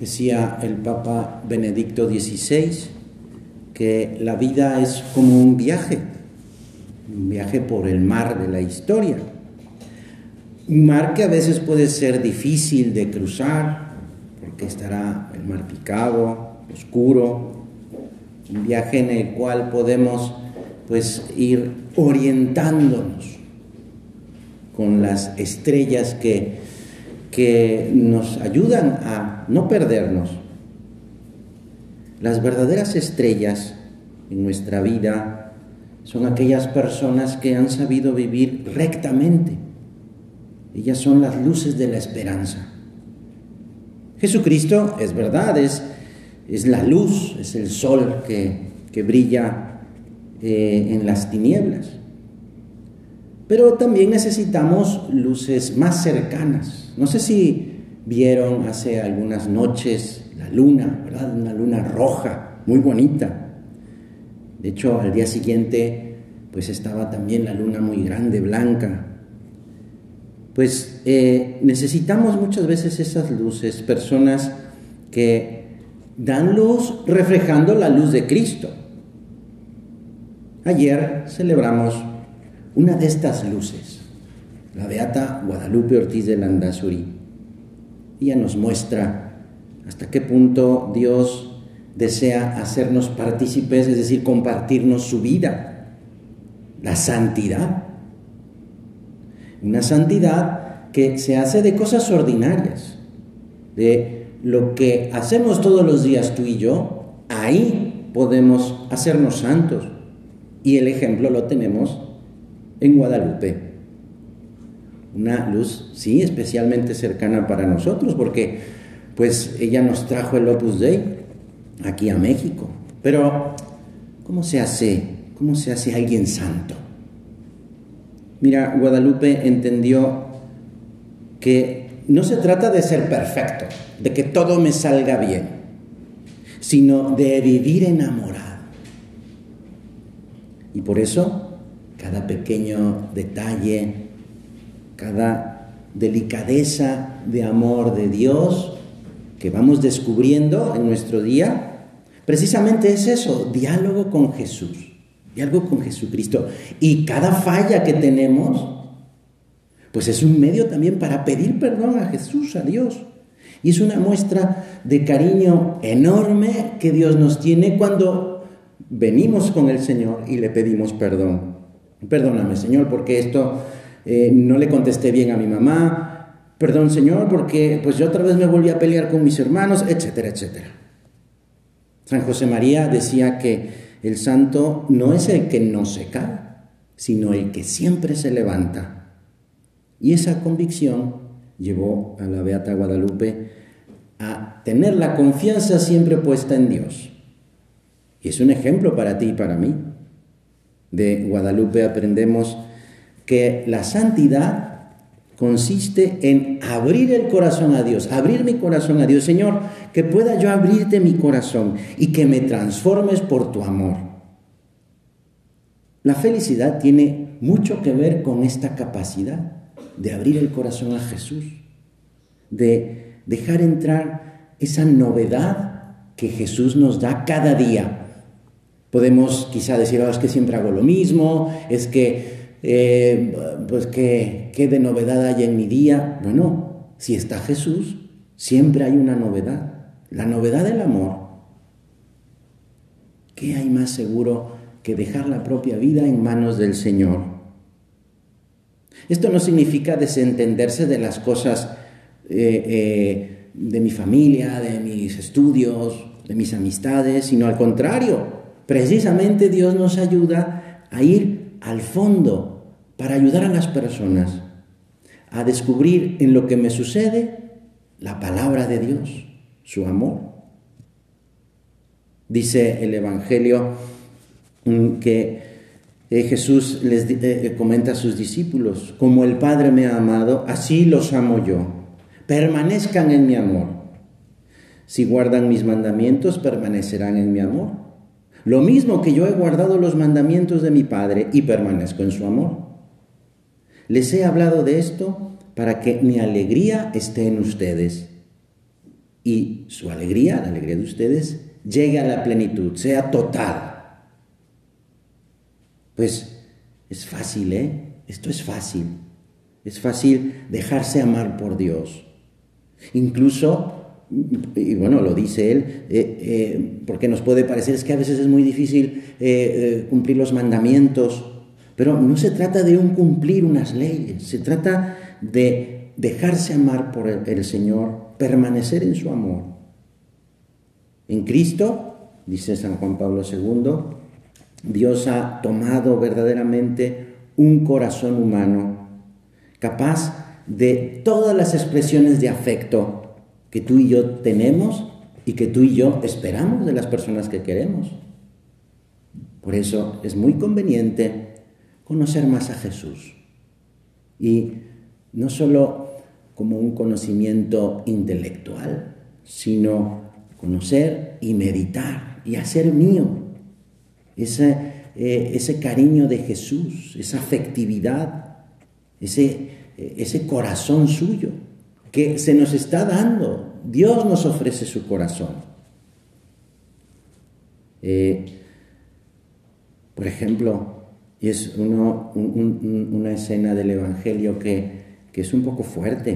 Decía el Papa Benedicto XVI que la vida es como un viaje por el mar de la historia. Un mar que a veces puede ser difícil de cruzar, porque estará el mar picado, oscuro. Un viaje en el cual podemos ir orientándonos con las estrellas que nos ayudan a no perdernos. Las verdaderas estrellas en nuestra vida son aquellas personas que han sabido vivir rectamente. Ellas son las luces de la esperanza. Jesucristo, es verdad, es la luz, es el sol que brilla en las tinieblas. Pero también necesitamos luces más cercanas. No sé si vieron hace algunas noches la luna, ¿verdad? Una luna roja, muy bonita. De hecho, al día siguiente, estaba también la luna muy grande, blanca. Necesitamos muchas veces esas luces, personas que dan luz reflejando la luz de Cristo. Ayer celebramos una de estas luces, la beata Guadalupe Ortiz de Landázuri. Ella nos muestra hasta qué punto Dios desea hacernos partícipes, es decir, compartirnos su vida, la santidad. Una santidad que se hace de cosas ordinarias, de lo que hacemos todos los días tú y yo. Ahí podemos hacernos santos, y el ejemplo lo tenemos en Guadalupe. Una luz, sí, especialmente cercana para nosotros, porque ella nos trajo el Opus Dei aquí a México. Pero, ¿cómo se hace alguien santo? Mira, Guadalupe entendió que no se trata de ser perfecto, de que todo me salga bien, sino de vivir enamorado. Y por eso, cada pequeño detalle, cada delicadeza de amor de Dios que vamos descubriendo en nuestro día, precisamente es eso, diálogo con Jesús, diálogo con Jesucristo. Y cada falla que tenemos, es un medio también para pedir perdón a Jesús, a Dios. Y es una muestra de cariño enorme que Dios nos tiene cuando venimos con el Señor y le pedimos perdón. Perdóname, Señor, porque esto no le contesté bien a mi mamá. Perdón, Señor, porque yo otra vez me volví a pelear con mis hermanos, etcétera, etcétera. San José María decía que el santo no es el que no se cae, sino el que siempre se levanta. Y esa convicción llevó a la beata Guadalupe a tener la confianza siempre puesta en Dios. Y es un ejemplo para ti y para mí. De Guadalupe aprendemos que la santidad consiste en abrir el corazón a Dios, abrir mi corazón a Dios. Señor, que pueda yo abrirte mi corazón y que me transformes por tu amor. La felicidad tiene mucho que ver con esta capacidad de abrir el corazón a Jesús, de dejar entrar esa novedad que Jesús nos da cada día. Podemos quizá decir, es que siempre hago lo mismo, es que, ¿qué de novedad hay en mi día? Bueno, si está Jesús, siempre hay una novedad, la novedad del amor. ¿Qué hay más seguro que dejar la propia vida en manos del Señor? Esto no significa desentenderse de las cosas de mi familia, de mis estudios, de mis amistades, sino al contrario. Precisamente Dios nos ayuda a ir al fondo para ayudar a las personas a descubrir en lo que me sucede la palabra de Dios, su amor. Dice el Evangelio que Jesús les comenta a sus discípulos: como el Padre me ha amado, así los amo yo. Permanezcan en mi amor. Si guardan mis mandamientos, permanecerán en mi amor. Lo mismo que yo he guardado los mandamientos de mi Padre y permanezco en su amor. Les he hablado de esto para que mi alegría esté en ustedes y su alegría, la alegría de ustedes, llegue a la plenitud, sea total. Pues es fácil, ¿eh? Esto es fácil. Es fácil dejarse amar por Dios. Incluso, y bueno, lo dice él, porque nos puede parecer es que a veces es muy difícil cumplir los mandamientos, pero no se trata de cumplir unas leyes, se trata de dejarse amar por el Señor, permanecer en su amor. En Cristo, dice San Juan Pablo II, Dios ha tomado verdaderamente un corazón humano capaz de todas las expresiones de afecto que tú y yo tenemos y que tú y yo esperamos de las personas que queremos. Por eso es muy conveniente conocer más a Jesús. Y no solo como un conocimiento intelectual, sino conocer y meditar y hacer mío ese cariño de Jesús, esa afectividad, ese corazón suyo que se nos está dando. Dios nos ofrece su corazón. Por ejemplo, es una escena del Evangelio que es un poco fuerte.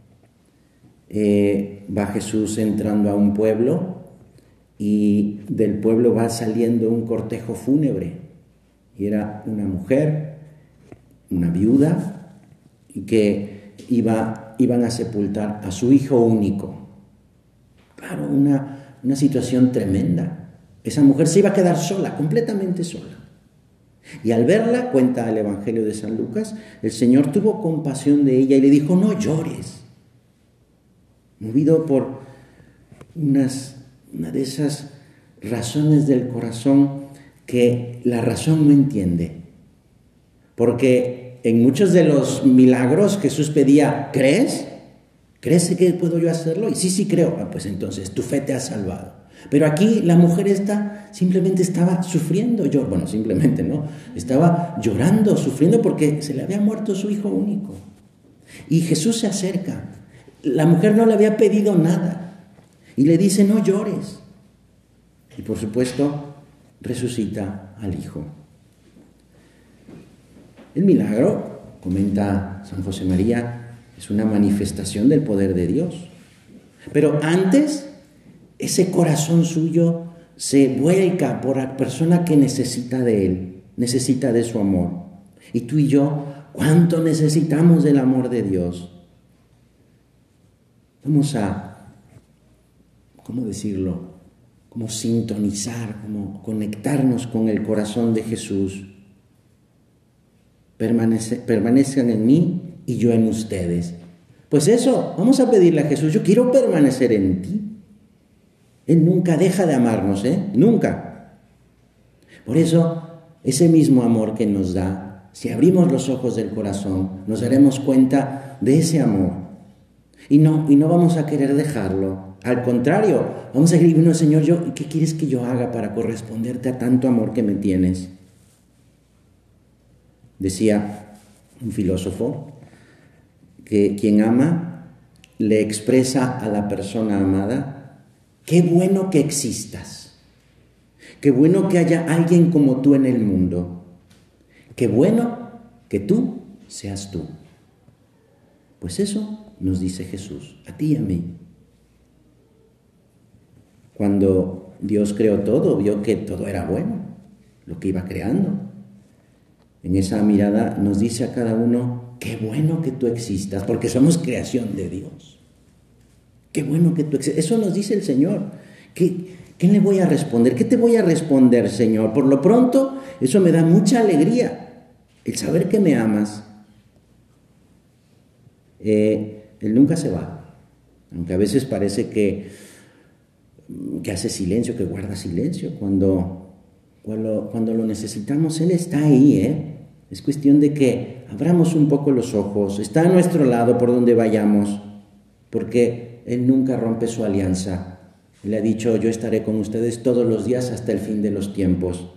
Va Jesús entrando a un pueblo y del pueblo va saliendo un cortejo fúnebre. Y era una mujer, una viuda, y que iban a sepultar a su hijo único. Claro, una situación tremenda. Esa mujer se iba a quedar sola, completamente sola. Y al verla, cuenta el Evangelio de San Lucas, el Señor tuvo compasión de ella y le dijo, no llores. Movido por una de esas razones del corazón que la razón no entiende. Porque en muchos de los milagros Jesús pedía, ¿crees? ¿Crees que puedo yo hacerlo? Y sí creo. Pues entonces tu fe te ha salvado. Pero aquí la mujer simplemente estaba sufriendo. Bueno, simplemente no. Estaba llorando, sufriendo porque se le había muerto su hijo único. Y Jesús se acerca. La mujer no le había pedido nada. Y le dice, no llores. Y por supuesto, resucita al hijo. El milagro, comenta San José María, es una manifestación del poder de Dios. Pero antes, ese corazón suyo se vuelca por la persona que necesita de él, necesita de su amor. Y tú y yo, ¿cuánto necesitamos del amor de Dios? Vamos a, ¿cómo decirlo? Como sintonizar, como conectarnos con el corazón de Jesús. Permanezcan en mí y yo en ustedes. Pues eso, vamos a pedirle a Jesús, yo quiero permanecer en ti. Él nunca deja de amarnos, nunca. Por eso, ese mismo amor que nos da, si abrimos los ojos del corazón, nos daremos cuenta de ese amor. Y no vamos a querer dejarlo. Al contrario, vamos a decir, bueno, Señor, ¿qué quieres que yo haga para corresponderte a tanto amor que me tienes? Decía un filósofo que quien ama le expresa a la persona amada, qué bueno que existas, qué bueno que haya alguien como tú en el mundo, qué bueno que tú seas tú. Pues eso nos dice Jesús, a ti y a mí. Cuando Dios creó todo, vio que todo era bueno, lo que iba creando. En esa mirada nos dice a cada uno, qué bueno que tú existas, porque somos creación de Dios. Qué bueno que tú existas. Eso nos dice el Señor. ¿Qué le voy a responder? ¿Qué te voy a responder, Señor? Por lo pronto, eso me da mucha alegría, el saber que me amas. Él nunca se va, aunque a veces parece que hace silencio, que guarda silencio. Cuando lo necesitamos, Él está ahí, Es cuestión de que abramos un poco los ojos. Está a nuestro lado por donde vayamos, porque Él nunca rompe su alianza. Él ha dicho, yo estaré con ustedes todos los días hasta el fin de los tiempos.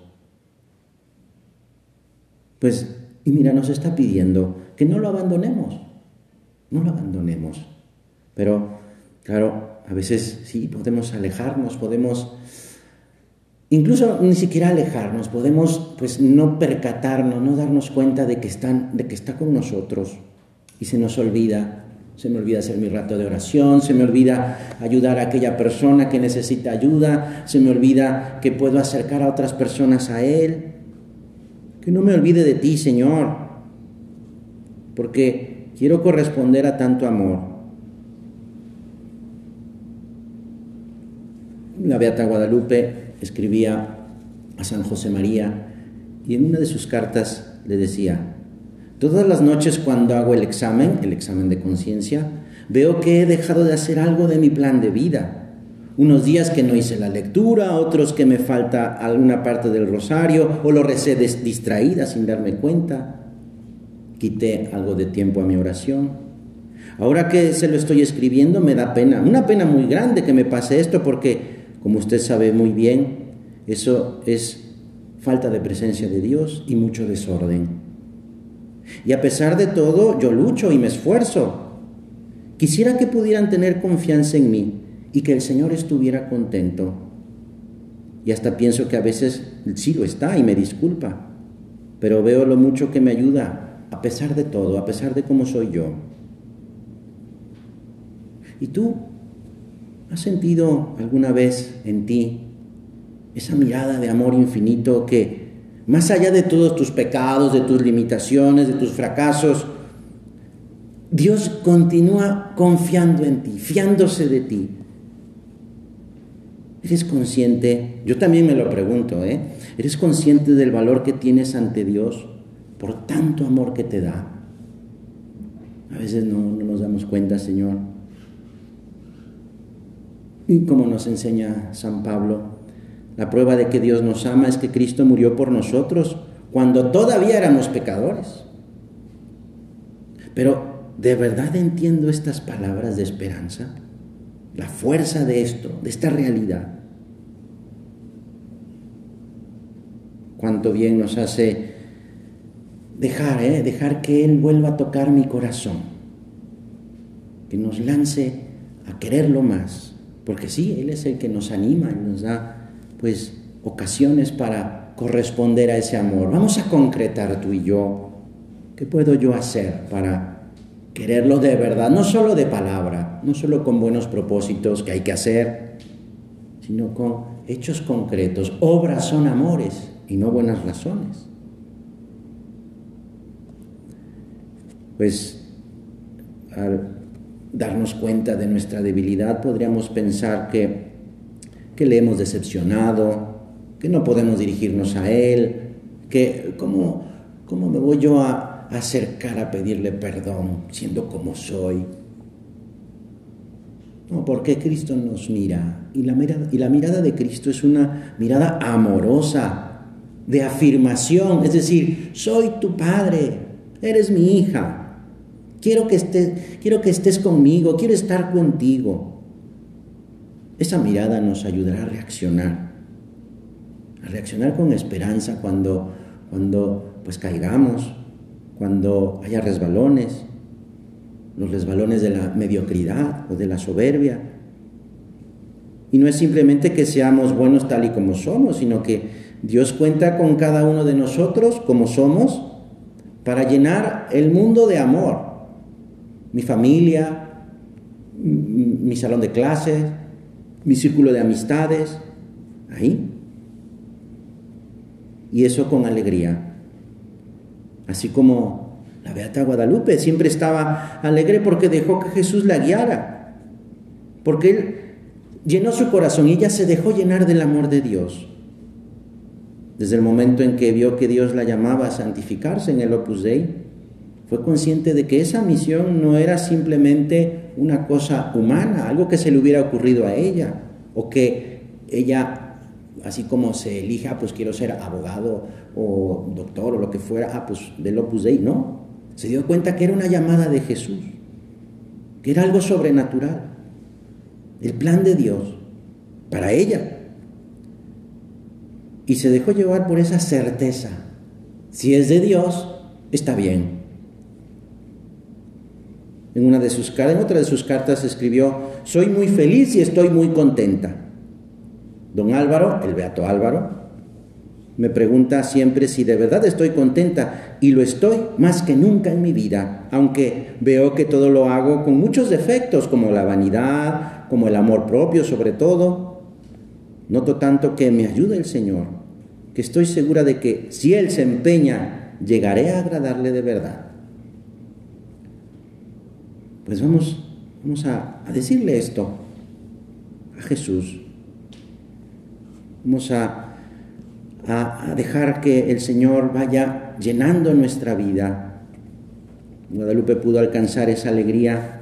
Pues, y mira, nos está pidiendo que no lo abandonemos. No lo abandonemos. Pero Claro, a veces sí, podemos alejarnos, podemos, incluso ni siquiera alejarnos, podemos pues no percatarnos, no darnos cuenta de que está con nosotros y se nos olvida. Se me olvida hacer mi rato de oración, se me olvida ayudar a aquella persona que necesita ayuda, se me olvida que puedo acercar a otras personas a Él. Que no me olvide de ti, Señor, porque quiero corresponder a tanto amor. La Beata Guadalupe escribía a San José María y en una de sus cartas le decía: todas las noches cuando hago el examen de conciencia, veo que he dejado de hacer algo de mi plan de vida. Unos días que no hice la lectura, otros que me falta alguna parte del rosario o lo recé distraída sin darme cuenta. Quité algo de tiempo a mi oración. Ahora que se lo estoy escribiendo me da pena, una pena muy grande que me pase esto porque, como usted sabe muy bien, eso es falta de presencia de Dios y mucho desorden. Y a pesar de todo, yo lucho y me esfuerzo. Quisiera que pudieran tener confianza en mí y que el Señor estuviera contento. Y hasta pienso que a veces sí lo está y me disculpa, pero veo lo mucho que me ayuda, a pesar de todo, a pesar de cómo soy yo. ¿Y tú has sentido alguna vez en ti esa mirada de amor infinito que, más allá de todos tus pecados, de tus limitaciones, de tus fracasos, Dios continúa confiando en ti, fiándose de ti? ¿Eres consciente? Yo también me lo pregunto, ¿eres consciente del valor que tienes ante Dios por tanto amor que te da? A veces no nos damos cuenta, Señor. Y como nos enseña San Pablo, la prueba de que Dios nos ama es que Cristo murió por nosotros cuando todavía éramos pecadores. Pero, ¿de verdad entiendo estas palabras de esperanza? La fuerza de esto, de esta realidad. Cuánto bien nos hace dejar que Él vuelva a tocar mi corazón, que nos lance a quererlo más, porque sí, Él es el que nos anima y nos da pues ocasiones para corresponder a ese amor. Vamos a concretar tú y yo, ¿qué puedo yo hacer para quererlo de verdad? No solo de palabra, no solo con buenos propósitos que hay que hacer, sino con hechos concretos. Obras son amores y no buenas razones. Pues al darnos cuenta de nuestra debilidad podríamos pensar que le hemos decepcionado, que no podemos dirigirnos a Él, que ¿cómo me voy yo a acercar a pedirle perdón siendo como soy? No, porque Cristo nos mira y la mirada de Cristo es una mirada amorosa, de afirmación, es decir, soy tu Padre, eres mi hija, quiero que estés conmigo, quiero estar contigo. Esa mirada nos ayudará a reaccionar con esperanza cuando pues caigamos, cuando haya resbalones, los resbalones de la mediocridad o de la soberbia. Y no es simplemente que seamos buenos tal y como somos, sino que Dios cuenta con cada uno de nosotros como somos para llenar el mundo de amor. Mi familia, mi salón de clases, mi círculo de amistades, ahí. Y eso con alegría. Así como la Beata Guadalupe siempre estaba alegre porque dejó que Jesús la guiara, porque Él llenó su corazón y ella se dejó llenar del amor de Dios. Desde el momento en que vio que Dios la llamaba a santificarse en el Opus Dei, fue consciente de que esa misión no era simplemente una cosa humana, algo que se le hubiera ocurrido a ella, o que ella, así como se elija, pues quiero ser abogado o doctor o lo que fuera, pues del Opus Dei, no. Se dio cuenta que era una llamada de Jesús, que era algo sobrenatural, el plan de Dios para ella. Y se dejó llevar por esa certeza. Si es de Dios, está bien. En otra de sus cartas escribió: soy muy feliz y estoy muy contenta. Don Álvaro, el beato Álvaro, me pregunta siempre si de verdad estoy contenta, y lo estoy más que nunca en mi vida, aunque veo que todo lo hago con muchos defectos, como la vanidad, como el amor propio sobre todo. Noto tanto que me ayuda el Señor, que estoy segura de que si Él se empeña, llegaré a agradarle de verdad. Pues vamos a decirle esto a Jesús. Vamos a dejar que el Señor vaya llenando nuestra vida. Guadalupe pudo alcanzar esa alegría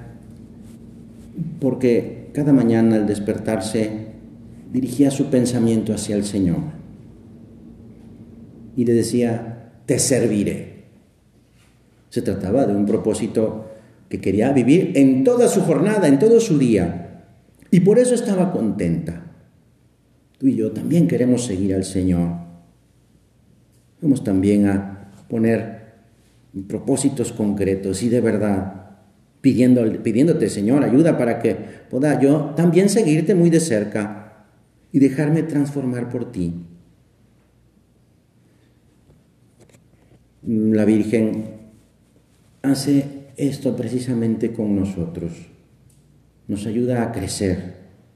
porque cada mañana al despertarse dirigía su pensamiento hacia el Señor y le decía: te serviré. Se trataba de un propósito que quería vivir en toda su jornada, en todo su día, y por eso estaba contenta. Tú y yo también queremos seguir al Señor. Vamos también a poner propósitos concretos y de verdad, pidiéndote, Señor, ayuda para que pueda yo también seguirte muy de cerca y dejarme transformar por ti. La Virgen hace esto precisamente con nosotros. Nos ayuda a crecer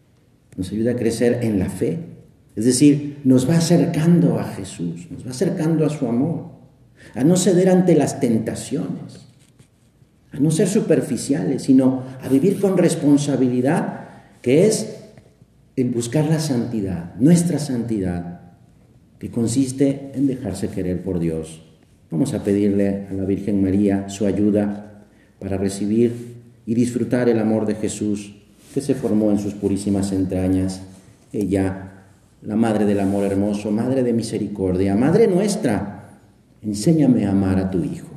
en la fe. Es decir, nos va acercando a Jesús, nos va acercando a su amor, a no ceder ante las tentaciones, a no ser superficiales, sino a vivir con responsabilidad, que es el buscar la santidad, nuestra santidad, que consiste en dejarse querer por Dios. Vamos a pedirle a la Virgen María su ayuda para recibir y disfrutar el amor de Jesús que se formó en sus purísimas entrañas. Ella, la Madre del Amor Hermoso, Madre de Misericordia, Madre nuestra, enséñame a amar a tu Hijo.